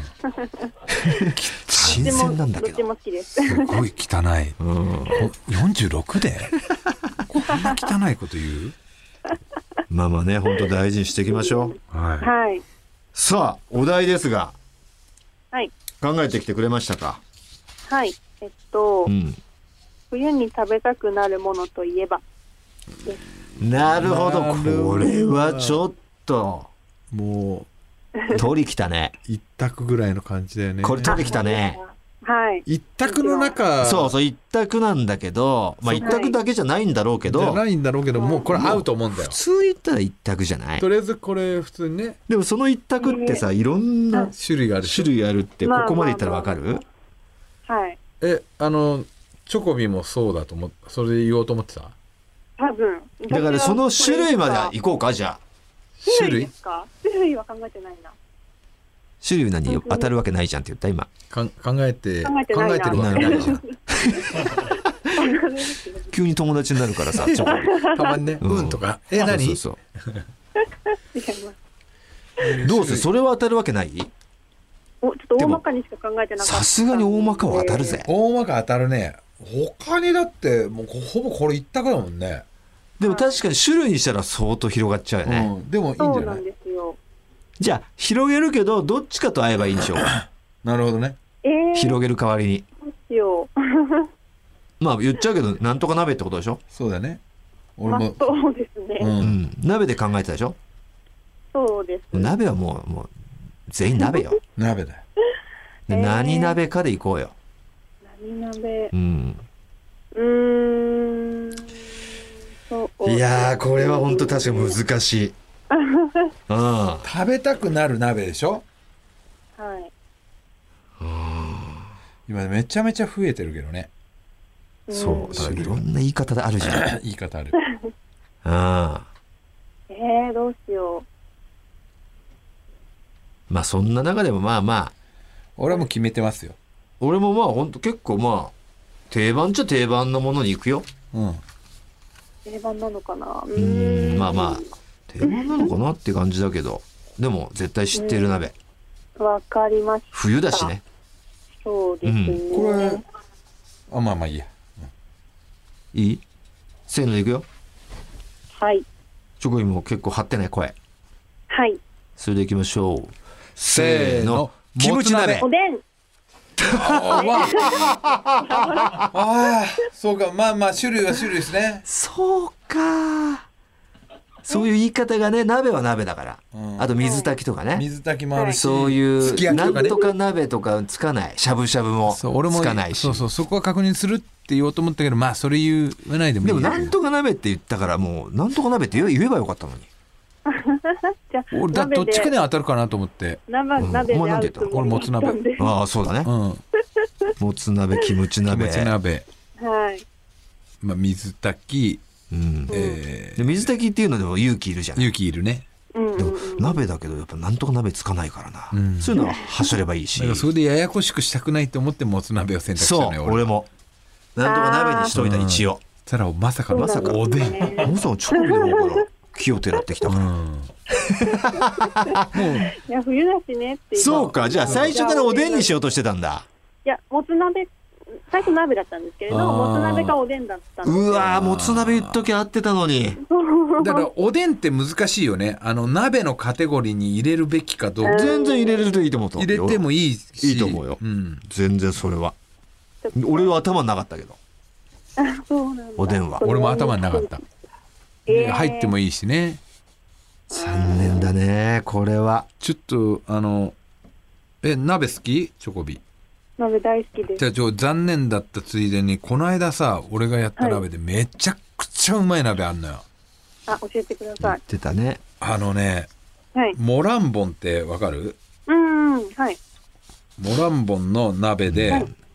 新鮮なんだけど。 どっちも好きです。 すごい汚い。46でこんな汚いこと言う？ まあまあね、本当大事にしていきましょう。 はい。 さあお題ですが、 はい。 考えてきてくれましたか？ はい。冬に食べたくなるものといえば。 なるほど。これはちょっともう取りきたね。 一択ぐらいの感じだよね。 これ取りきたね。 はい。 一択の中。 そう一択なんだけど、まあ一択だけじゃないんだろうけど。 じゃないんだろうけど、もうこれ合うと思うんだよ。 普通言ったら一択じゃない。 とりあえずこれ普通にね。 でもその一択ってさ、いろんな種類がある。 ってここまで言ったらわかる？ はい。 チョコビもそうだと思って、それで言おうと思ってた？ 多分。 だからその種類まで行こうか、じゃあ。 種類ですか？種類は考えてないな。 種類何当たるわけないじゃんって言った今。 考えてるわけないじゃん。急に友達になるからさ、チョコ。 たまにね、とか。何？ そう。どうせそれは当たるわけない？ ちょっと大まかにしか考えてなかった。 さすがに大まかは当たるぜ。 大まか当たるね。他にだってもうほぼこれ一択だもんね。 でも確かに種類にしたら相当広がっちゃうよね。 でもいいんじゃない？そうなんですよ。 じゃあ広げるけどどっちかと合えばいいんでしょうか。 なるほどね。 広げる代わりに。 どうしよう。まあ言っちゃうけどなんとか鍋ってことでしょ。 そうだね。 俺もそうですね。 鍋で考えてたでしょ。 そうです。 鍋はもう全員鍋よ。 鍋だよ。 何鍋かでいこうよ。 何鍋。 いやーこれは本当確かに難しい。 食べたくなる鍋でしょ。 はい。 今めちゃめちゃ増えてるけどね。 そうだからいろんな言い方であるじゃん。 言い方ある。 どうしよう。まあそんな中でもまあまあ俺はもう決めてますよ。 俺もまあほんと結構まあ定番っちゃ定番のものに行くよ。 定番なのかな。 まあまあ定番なのかなって感じだけど、でも絶対知ってる鍋。 わかりました。 冬だしね。 そうですね。 これまあいいや。 いい？せーのでいくよ。 はい。 チョコビも結構張ってない声。 はい。 それでいきましょう。せーの。キムチ鍋。 おでん。 そうか。まあまあ種類は種類ですね。 そうか。そういう言い方がね、鍋は鍋だから。あと水炊きとかね。 水炊きもあるし、 そういうなんとか鍋とかつかない。しゃぶしゃぶもつかないし。 そこは確認するって言おうと思ったけど、まあそれ言わないでもいい。 でもなんとか鍋って言ったからもうなんとか鍋って言えばよかったのに。 俺どっちかに当たるかなと思って。 鍋でお前なんて言ったの？ 俺もつ鍋。 ああそうだね。もつ鍋、キムチ鍋。 はい。 まあ水炊き。 水炊きっていうのでも勇気いるじゃん。 勇気いるね。 でも鍋だけどやっぱなんとか鍋つかないからな。そういうのは走ればいいし。 だからそれでややこしくしたくないと思ってもつ鍋を選択したのよ。 そう俺もなんとか鍋にしといた一応。 たらまさかおでん。 まさかチョコビの方から気をてらってきたから。もういや冬だしねって。 そうか、じゃあ最初からおでんにしようとしてたんだ。 いやもつ鍋。最初鍋だったんですけれどもつ鍋かおでんだったんです。 うわーもつ鍋言っときゃ合ってたのに。 だからおでんって難しいよね。鍋のカテゴリーに入れるべきかどうか。 全然入れるといいと思う。 入れてもいいしいいと思うよ。全然それは。俺は頭なかったけど。 そうなんだ。 おでんは。 俺も頭なかった。入ってもいいしね。 残念だねこれは。 ちょっと鍋好き？チョコビ。 鍋大好きです。 じゃあ残念だったついでにこの間さ俺がやった鍋でめちゃくちゃうまい鍋あんのよ。 教えてください。 言ってたね。 モランボンってわかる？ はい。 モランボンの鍋で、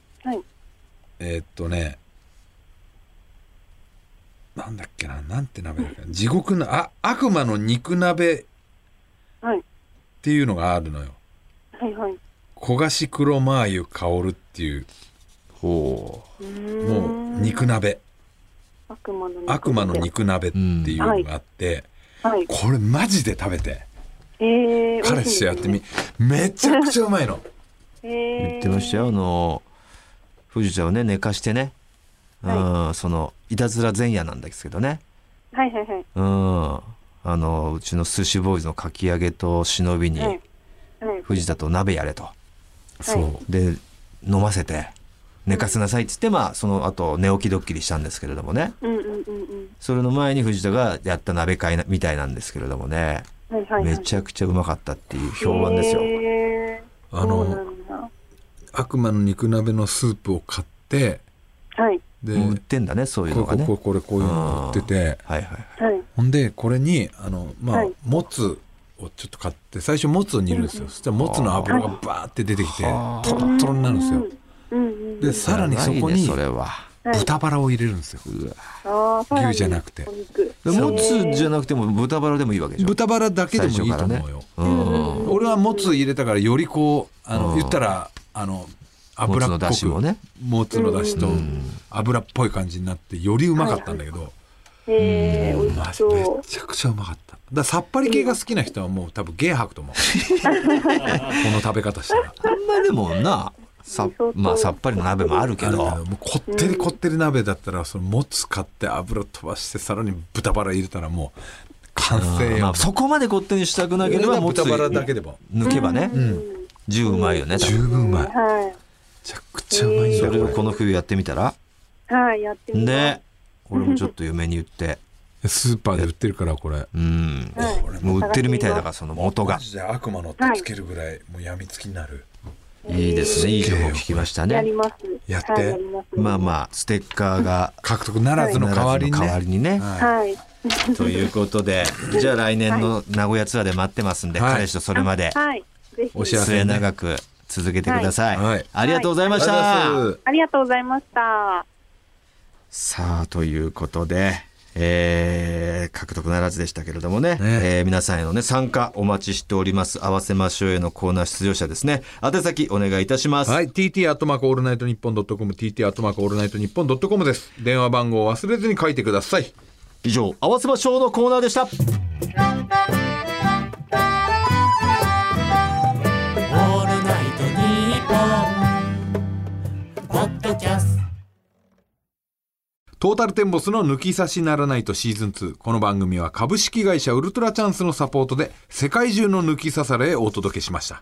なんだっけな、なんて鍋だっけな、地獄の悪魔の肉鍋っていうのがあるのよ。焦がし黒マー油香るっていう。もう肉鍋。悪魔の肉鍋っていうのがあって、これマジで食べて。彼氏とやってみ、めちゃくちゃうまいの。 言ってましたよ。富士ちゃんをね寝かしてね、そのいたずら前夜なんですけどね。うちの寿司ボーイズのかき揚げと忍びに、藤田と鍋やれと。そうで飲ませて寝かせなさいっつって、その後寝起きドッキリしたんですけれどもね、それの前に藤田がやった鍋会みたいなんですけれどもね、めちゃくちゃうまかったっていう評判ですよ。 悪魔の肉鍋のスープを買って、 で売ってんだねそういうのがね。 こういうの売ってて、ほんでこれにもつをちょっと買って最初もつを煮るんですよ。そしたらもつの油がバーって出てきてトロトロになるんですよ。でさらにそこに豚バラを入れるんですよ。牛じゃなくて。 もつじゃなくても豚バラでもいいわけでしょ。 豚バラだけでもいいと思うよ。俺はもつ入れたからよりこう言ったら油っぽくもつのだしと油っぽい感じになってよりうまかったんだけど、めちゃくちゃうまかった。ださっぱり系が好きな人はもう多分ゲー吐くと思うこの食べ方したら。 でもなさっぱりの鍋もあるけど、もうこってりこってり鍋だったらそのもつ買って油飛ばしてさらに豚バラ入れたらもう完成よ。 そこまでこってりしたくなければ豚バラだけでも抜けばね、十分うまいよね。 十分うまい。めちゃくちゃうまいんだよ。 それをこの冬やってみたら。 やってみます。 ね、俺もちょっと嫁に言ってスーパーで売ってるからこれ。 もう売ってるみたいだからその元が。 マジで悪魔の手つけるぐらいもうやみつきになる。 いいですね。いい情報聞きましたね。 やります。 やって、 はい、やります。 まあまあステッカーが獲得ならずの代わりにね。 はい。 ということで、じゃあ来年の名古屋ツアーで待ってますんで、彼氏とそれまで末永く続けてください。はい、ありがとうございました。 ありがとうございました。 さあということで、獲得ならずでしたけれどもね、皆さんへのね参加お待ちしております。合わせましょうへのコーナー出場者ですね、宛先お願いいたします。 はい、TT アットマークオールナイトニッポンドットコム TT アットマークオールナイトニッポンドットコムです。電話番号を忘れずに書いてください。 以上、合わせましょうのコーナーでした。オールナイトニッポンポッドキャスト。 トータルテンボスの抜き差しならないとシーズン2。この番組は株式会社ウルトラチャンスのサポートで世界中の抜き差されへお届けしました。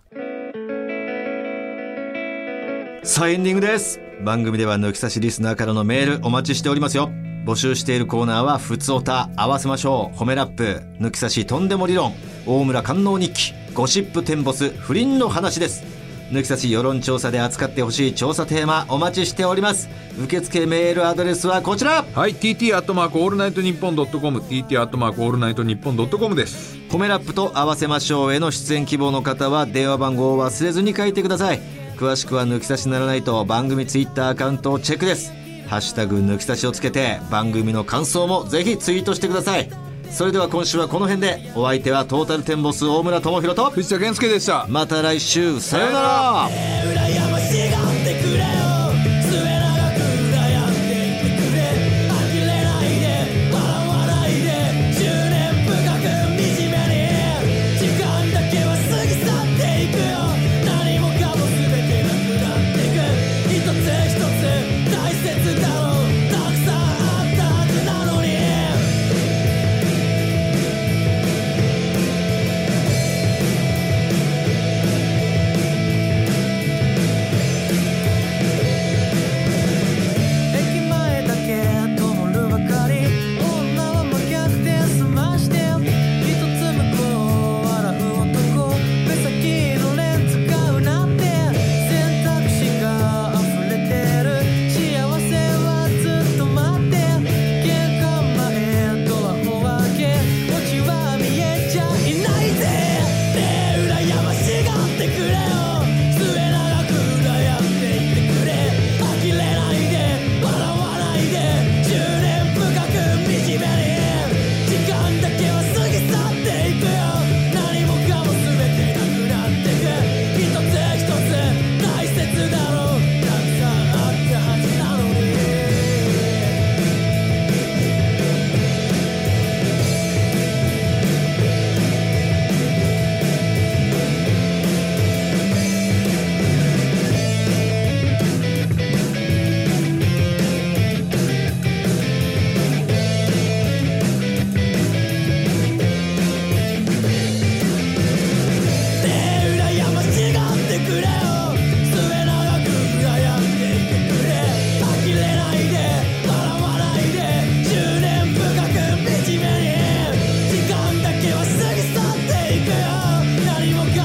さあエンディングです。番組では抜き差しリスナーからのメールお待ちしておりますよ。募集しているコーナーはふつおた、合わせましょう、褒めラップ、抜き差しとんでも理論、大村官能日記、ゴシップテンボス、不倫の話です。抜き差し世論調査で扱ってほしい調査テーマお待ちしております。受付メールアドレスはこちら。 はい、TT アットマークオールナイトニッポンドットコム TT アットマークオールナイトニッポンドットコムです。 褒めラップと合わせましょうへの出演希望の方は電話番号を忘れずに書いてください。詳しくは抜き差しならないと番組ツイッターアカウントをチェックです。ハッシュタグ抜き差しをつけて番組の感想もぜひツイートしてください。それでは今週はこの辺で。お相手はトータルテンボス大村智広と藤田健介でした。 また来週、さようなら。何もか